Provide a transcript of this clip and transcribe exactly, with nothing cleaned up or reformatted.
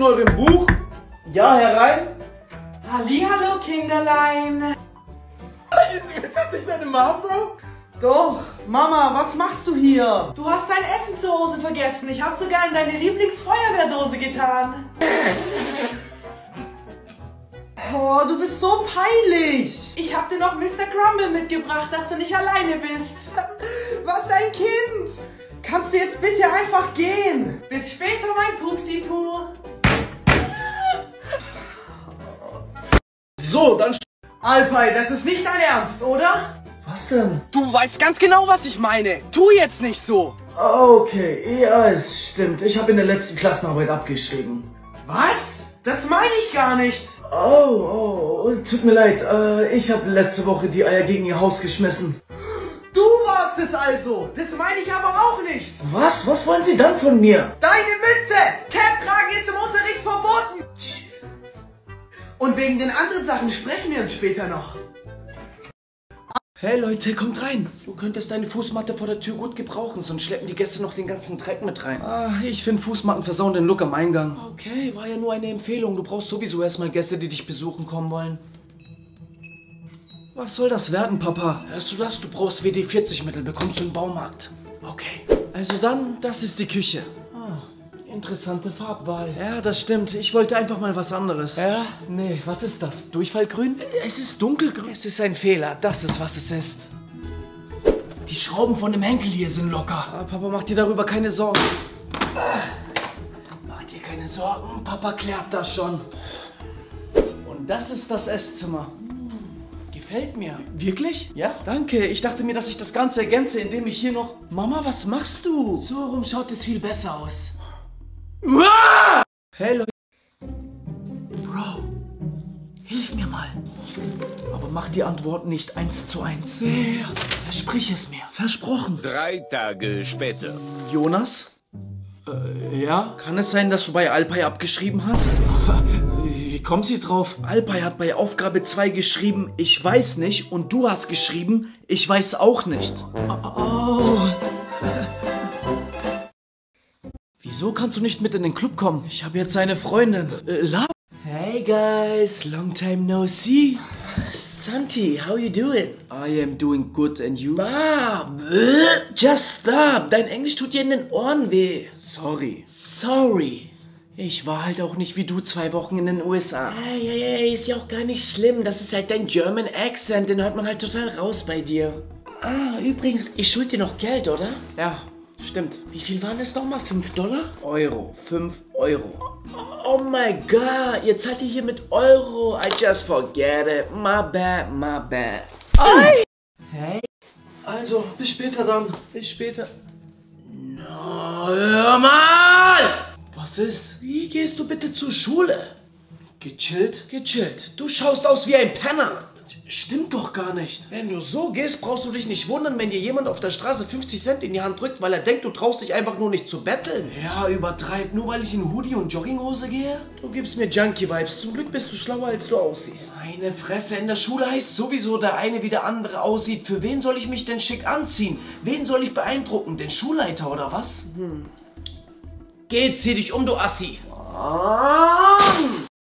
eurem Buch? Ja, herein. Hallihallo, Kinderlein. Ist, ist das nicht deine Mom, Bro? Doch. Mama, was machst du hier? Du hast dein Essen zu Hause vergessen. Ich habe sogar in deine Lieblingsfeuerwehrdose getan. Oh, du bist so peinlich. Ich habe dir noch Mister Grumble mitgebracht, dass du nicht alleine bist. Was ein Kind. Kannst du jetzt bitte einfach gehen? Bis später, mein Pupsi-Puh. So, dann... Alpay, das ist nicht dein Ernst, oder? Was denn? Du weißt ganz genau, was ich meine. Tu jetzt nicht so. Okay, ja, es stimmt. Ich habe in der letzten Klassenarbeit abgeschrieben. Was? Das meine ich gar nicht. Oh, oh, tut mir leid. Äh, ich habe letzte Woche die Eier gegen ihr Haus geschmissen. Du warst es also. Das meine ich aber auch nicht. Was? Was wollen Sie dann von mir? Deine Mütze. Cap tragen ist im Unterricht verboten. Und wegen den anderen Sachen sprechen wir uns später noch. Hey Leute, kommt rein. Du könntest deine Fußmatte vor der Tür gut gebrauchen, sonst schleppen die Gäste noch den ganzen Dreck mit rein. Ah, ich finde Fußmatten versauen den Look am Eingang. Okay, war ja nur eine Empfehlung. Du brauchst sowieso erstmal Gäste, die dich besuchen kommen wollen. Was soll das werden, Papa? Hörst du das? Du brauchst W D vierzig Mittel, bekommst du im Baumarkt. Okay. Also dann, das ist die Küche. Ah, interessante Farbwahl. Ja, das stimmt. Ich wollte einfach mal was anderes. Ja? Nee, was ist das? Durchfallgrün? Es ist dunkelgrün. Es ist ein Fehler. Das ist, was es ist. Die Schrauben von dem Henkel hier sind locker. Ah, Papa, mach dir darüber keine Sorgen. Ah, mach dir keine Sorgen. Papa klärt das schon. Und das ist das Esszimmer. Gefällt mir. Wirklich? Ja. Danke. Ich dachte mir, dass ich das Ganze ergänze, indem ich hier noch... Mama, was machst du? So rum schaut es viel besser aus. Ah! Hey, Leute. Bro, hilf mir mal. Aber mach die Antwort nicht eins zu eins. Ja, yeah. Versprich es mir. Versprochen. Drei Tage später. Jonas? Äh, ja? Kann es sein, dass du bei Alpay abgeschrieben hast? Wie kommt sie drauf? Alpay hat bei Aufgabe zwei geschrieben, ich weiß nicht. Und du hast geschrieben, ich weiß auch nicht. Oh. Wieso kannst du nicht mit in den Club kommen? Ich habe jetzt eine Freundin. Äh, La Hey guys, long time no see. Santi, how you doing? I am doing good and you? Ah, just stop. Dein Englisch tut dir in den Ohren weh. Sorry. Sorry. Ich war halt auch nicht wie du zwei Wochen in den U S A. Hey, hey, hey, ist ja auch gar nicht schlimm. Das ist halt dein German Accent. Den hört man halt total raus bei dir. Ah, übrigens, ich schuld dir noch Geld, oder? Ja, stimmt. Wie viel waren das nochmal? Fünf Dollar? Euro. Fünf Euro. Oh my God, ihr zahlt ihr hier mit Euro. I just forget it. My bad, my bad. Oi. Hey. Also, bis später dann. Bis später. No, hör mal! Was ist? Wie gehst du bitte zur Schule? Gechillt? Gechillt. Du schaust aus wie ein Penner. Stimmt doch gar nicht. Wenn du so gehst, brauchst du dich nicht wundern, wenn dir jemand auf der Straße fünfzig Cent in die Hand drückt, weil er denkt, du traust dich einfach nur nicht zu betteln. Ja, übertreib. Nur weil ich in Hoodie und Jogginghose gehe? Du gibst mir Junkie-Vibes. Zum Glück bist du schlauer, als du aussiehst. Meine Fresse, in der Schule heißt sowieso, der eine wie der andere aussieht. Für wen soll ich mich denn schick anziehen? Wen soll ich beeindrucken? Den Schulleiter oder was? Hm. Geh, zieh dich um, du Assi. Ah!